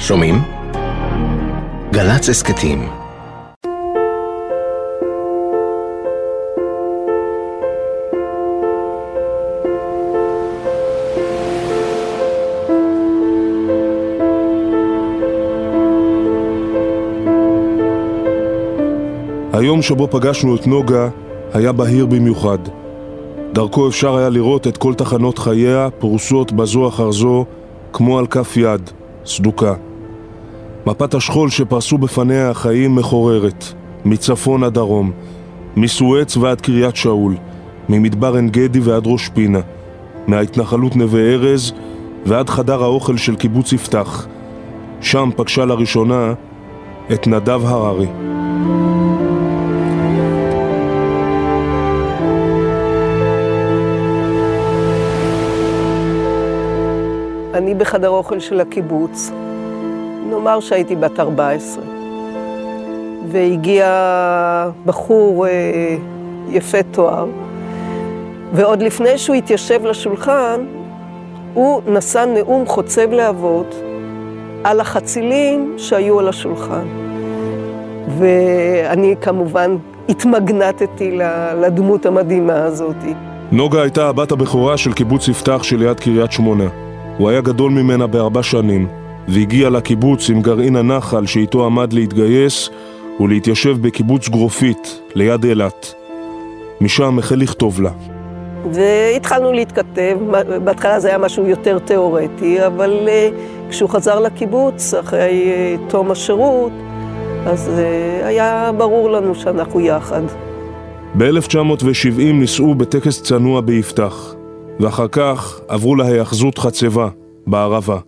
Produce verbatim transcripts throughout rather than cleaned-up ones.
שומעים? גל"צ הסכתים. היום שבו פגשנו את נוגה היה בהיר במיוחד. דרכו אפשר היה לראות את כל תחנות חייה פרוסות בזו אחר זו כמו על כף יד, סדוקה. מפת השכול שפרסו בפניה החיים מחוררת, מצפון עד דרום, מסואץ ועד קריית שאול, ממדבר עין גדי ועד ראש פינה, מההתנחלות נווה ארז ועד חדר האוכל של קיבוץ יפתח. שם פגשה לראשונה את נדב הררי. אני בחדר אוכל של הקיבוץ, נאמר שהייתי בת ארבע עשרה, והגיע בחור אה, יפה תואר, ועוד לפני שהוא התיישב לשולחן, הוא נשא נאום חוצב להבות על החצילים שהיו על השולחן. ואני כמובן התמגנתתי לדמות המדהימה הזאת. נוגה הייתה הבת הבכורה של קיבוץ יפתח שליד קריית שמונה. הוא היה גדול ממנה בארבע שנים, והגיע לקיבוץ עם גרעין הנחל שאיתו עמד להתגייס ולהתיישב בקיבוץ גרופית ליד אילת. משם החל לכתוב לה. והתחלנו להתכתב, בהתחלה זה היה משהו יותר תיאורטי, אבל uh, כשהוא חזר לקיבוץ אחרי uh, תום השירות, אז uh, היה ברור לנו שאנחנו יחד. ב-אלף תשע מאות שבעים נישאו בטקס צנוע ביפתח, ואחר כך עברו להיאחזות חצבה בערבה.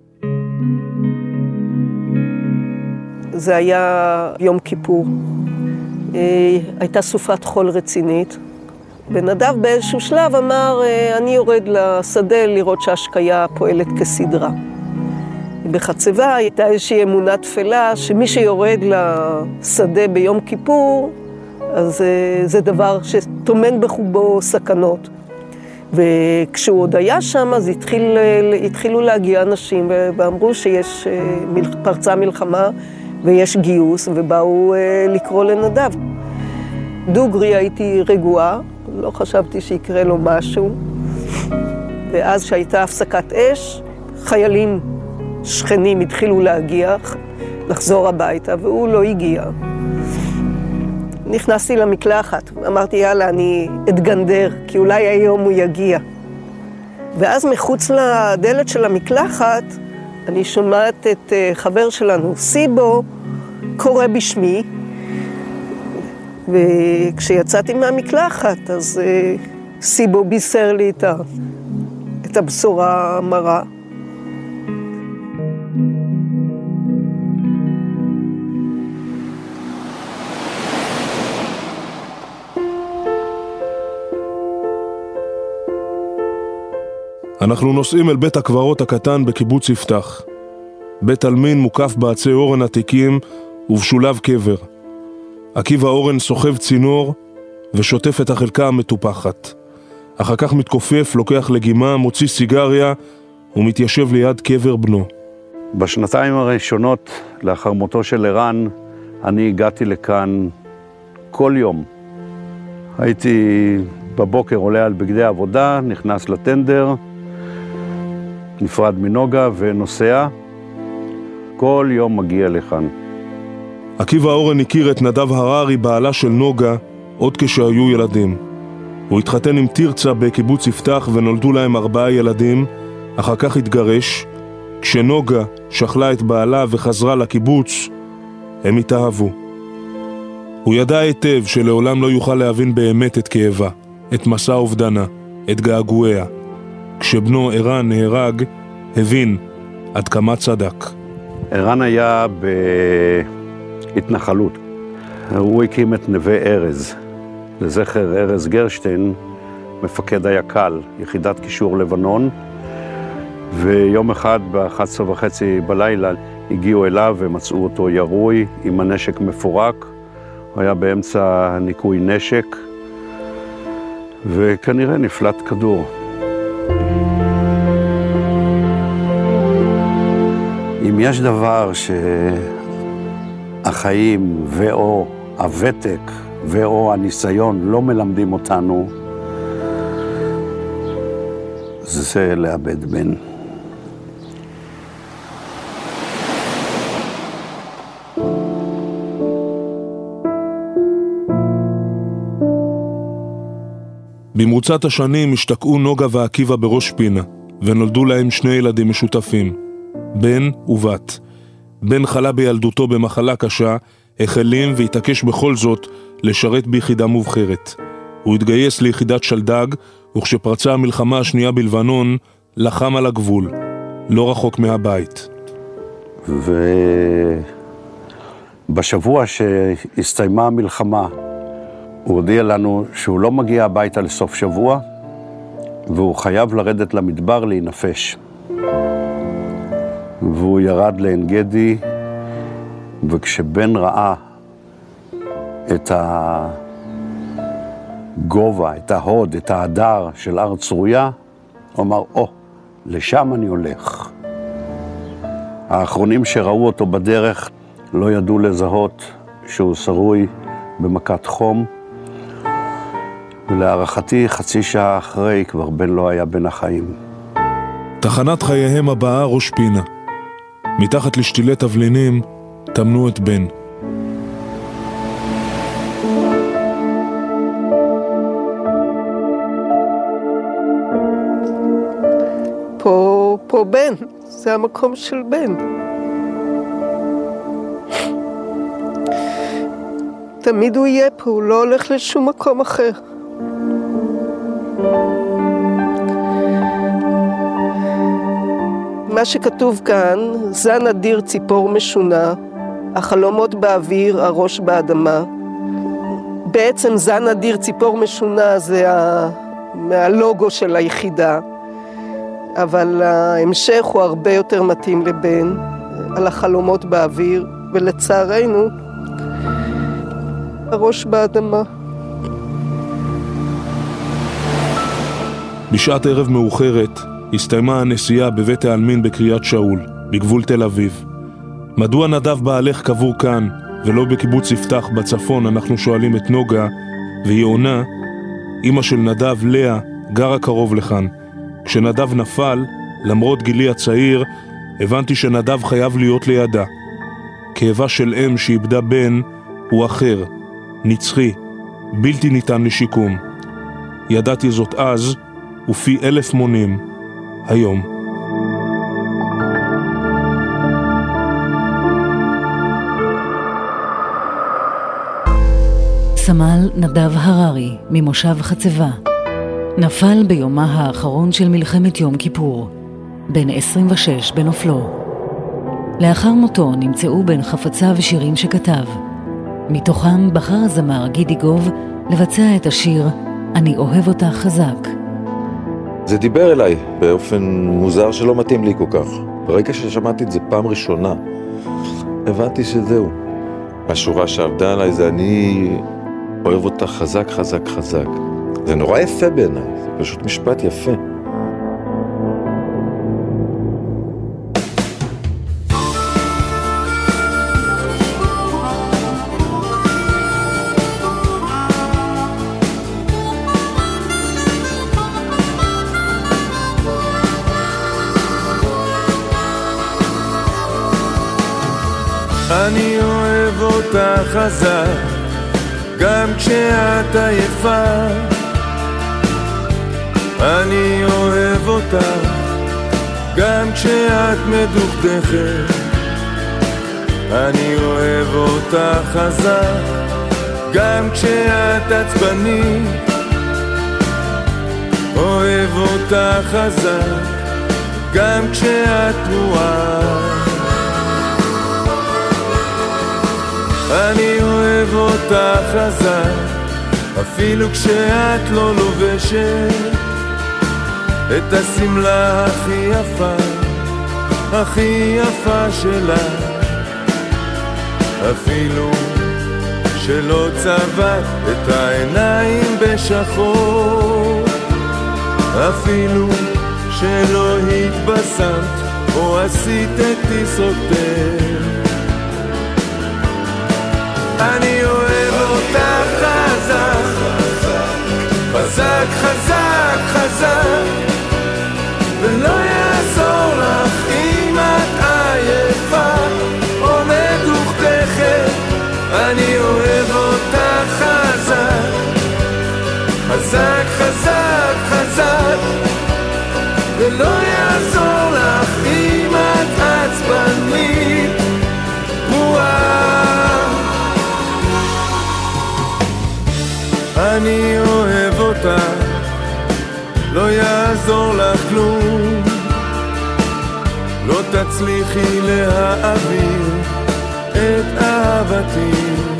זה היה יום כיפור. אה, הייתה סופת חול רצינית. ונדב באיזשהו שלב אמר, אה, אני יורד לשדה לראות שהשקיה פועלת כסדרה. בחצבה הייתה איזושהי אמונה תפלה שמי שיורד לשדה ביום כיפור, אז אה, זה דבר שטומן בחובו סכנות. וכשהוא עוד היה שם, אז התחיל, התחילו להגיע אנשים ואמרו שיש פרצה מלחמה ויש גיוס, ובאו לקרוא לנדב. דוגרי הייתי רגועה, לא חשבתי שיקרה לו משהו. ואז שהייתה הפסקת אש, חיילים שכנים התחילו להגיע, לחזור הביתה, והוא לא הגיע. נכנסתי למקלחת, אמרתי יאללה אני אתגנדר, כי אולי היום הוא יגיע. ואז מחוץ לדלת של המקלחת, אני שומעת את חבר שלנו, סיבו, קורא בשמי, וכשיצאתי מהמקלחת, אז סיבו בישר לי את, ה... את הבשורה המרה. אנחנו נוסעים אל בית הקברות הקטן בקיבוץ יפתח. בית אלמין מוקף בעצי אורן עתיקים ובשולב קבר. עקיבא אורן סוחב צינור ושוטף את החלקה המטופחת. אחר כך מתכופף, לוקח לגימה, מוציא סיגריה ומתיישב ליד קבר בנו. בשנתיים הראשונות לאחר מותו של ערן, אני הגעתי לכאן כל יום. הייתי בבוקר עולה על בגדי עבודה, נכנס לטנדר, נפרד מנוגה ונוסע. כל יום מגיע לכאן. עקיבא אורן הכיר את נדב הררי, בעלה של נוגה, עוד כשהיו ילדים. הוא התחתן עם תרצה בקיבוץ יפתח ונולדו להם ארבעה ילדים, אחר כך התגרש. כשנוגה שכלה את בעלה וחזרה לקיבוץ, הם התאהבו. הוא ידע היטב שלעולם לא יוכל להבין באמת את כאבה, את מסע אובדנה, את געגועיה. כשבנו ערן נהרג, הבין עד כמה צדק. ערן היה בהתנחלות. הוא הקים את נווה ארז, לזכר ארז גרשטיין, מפקד היקל, יחידת קישור לבנון. ויום אחד ב-אחת עשרה וחצי בלילה הגיעו אליו ומצאו אותו ירוי עם הנשק מפורק. הוא היה באמצע ניקוי נשק, וכנראה נפלט כדור. אם יש דבר שהחיים ואו הוותק ואו הניסיון לא מלמדים אותנו, זה לאבד בן. במרוצת השנים השתקעו נוגה ועקיבא בראש פינה, ונולדו להם שני ילדים משותפים, בן ובת. בן חלה בילדותו במחלה קשה, החלים והתעקש בכל זאת לשרת ביחידה מובחרת. הוא התגייס ליחידת שלדג, וכשפרצה המלחמה השנייה בלבנון, לחם על הגבול, לא רחוק מהבית. ובשבוע שהסתיימה המלחמה, הוא הודיע לנו שהוא לא מגיע הביתה לסוף שבוע, והוא חייב לרדת למדבר להינפש. והוא ירד לעין גדי, וכשבן ראה את הגובה, את ההוד, את ההדר של הר צרויה, הוא אמר, או, לשם אני הולך. האחרונים שראו אותו בדרך לא ידעו לזהות שהוא שרוי במכת חום, ולהערכתי חצי שעה אחרי כבר בן לא היה בין החיים. תחנת חייהם הבאה ראש פינה. מתחת לשתילי תבלינים תמנו את בן. פה, פה בן, זה המקום של בן. תמיד הוא יהיה פה, הוא לא הולך לשום מקום אחר. מה שכתוב כאן, זן אדיר ציפור משונה, החלומות באוויר, הראש באדמה. בעצם זן אדיר ציפור משונה זה ה... מהלוגו של היחידה, אבל ההמשך הוא הרבה יותר מתאים לבן, על החלומות באוויר, ולצערנו, הראש באדמה. בשעת ערב מאוחרת הסתיימה הנסיעה בבית העלמין בקריית שאול, בגבול תל אביב. מדוע נדב בעלך קבור כאן, ולא בקיבוץ יפתח בצפון, אנחנו שואלים את נוגה, והיא עונה, אמא של נדב, לאה, גרה קרוב לכאן. כשנדב נפל, למרות גילי הצעיר, הבנתי שנדב חייב להיות לידה. כאבה של אם שאיבדה בן הוא אחר, נצחי, בלתי ניתן לשיקום. ידעתי זאת אז, ופי אלף מונים, היום. סמל נדב הררי ממושב חצבה נפל ביומה האחרון של מלחמת יום כיפור, בן עשרים ושש בנופלו. לאחר מותו נמצאו בין חפציו שירים שכתב. מתוכם בחר הזמר גידי גוב לבצע את השיר "אני אוהב אותך חזק". זה דיבר אליי באופן מוזר שלא מתאים לי כל כך. ברגע ששמעתי את זה פעם ראשונה, הבנתי שזהו. השורה שעבדה עליי זה "אני אוהב אותך חזק חזק חזק". זה נורא יפה בעיניי, זה פשוט משפט יפה. אני אוהב אותך חזק, גם כשאת עייפה. אני אוהב אותך, גם כשאת מדוכדכת. אני אוהב אותך חזק, גם כשאת עצבנית. אוהב אותך חזק, גם כשאת תרועה. אני אוהב אותך חזק, אפילו כשאת לא לובשת את הסמלה הכי יפה, הכי יפה שלה. אפילו שלא צבעת את העיניים בשחור, אפילו שלא התבשמת או עשית את טיסותיך. אני אוהב אותך חזק, חזק, חזק, חזק, ולא יעזור לך אם את עייפה או מדוכדכת. אני אוהב אותך חזק, חזק, חזק, חזק, ולא יעזור לך אם את עצבנית. אני אוהב אותך, לא יעזור לך כלום, לא תצליחי להעביר את אהבתי.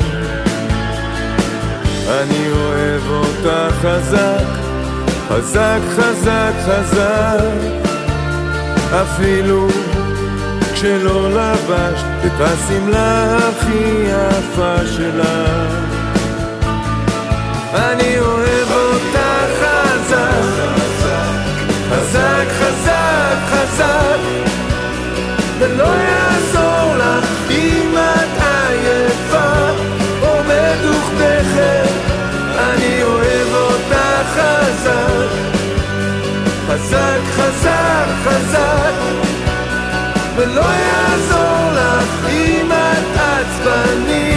אני אוהב אותך חזק, חזק, חזק, חזק, אפילו כשלא לבשת את השמלה הכי יפה שלך. אני אוהב אותך חזק, חזק, חזק, חזק, ולא יעזור לך אם את עייפה או מדוכדכת. אני אוהב אותך חזק, חזק, חזק, חזק, ולא יעזור לך אם את עצבנית.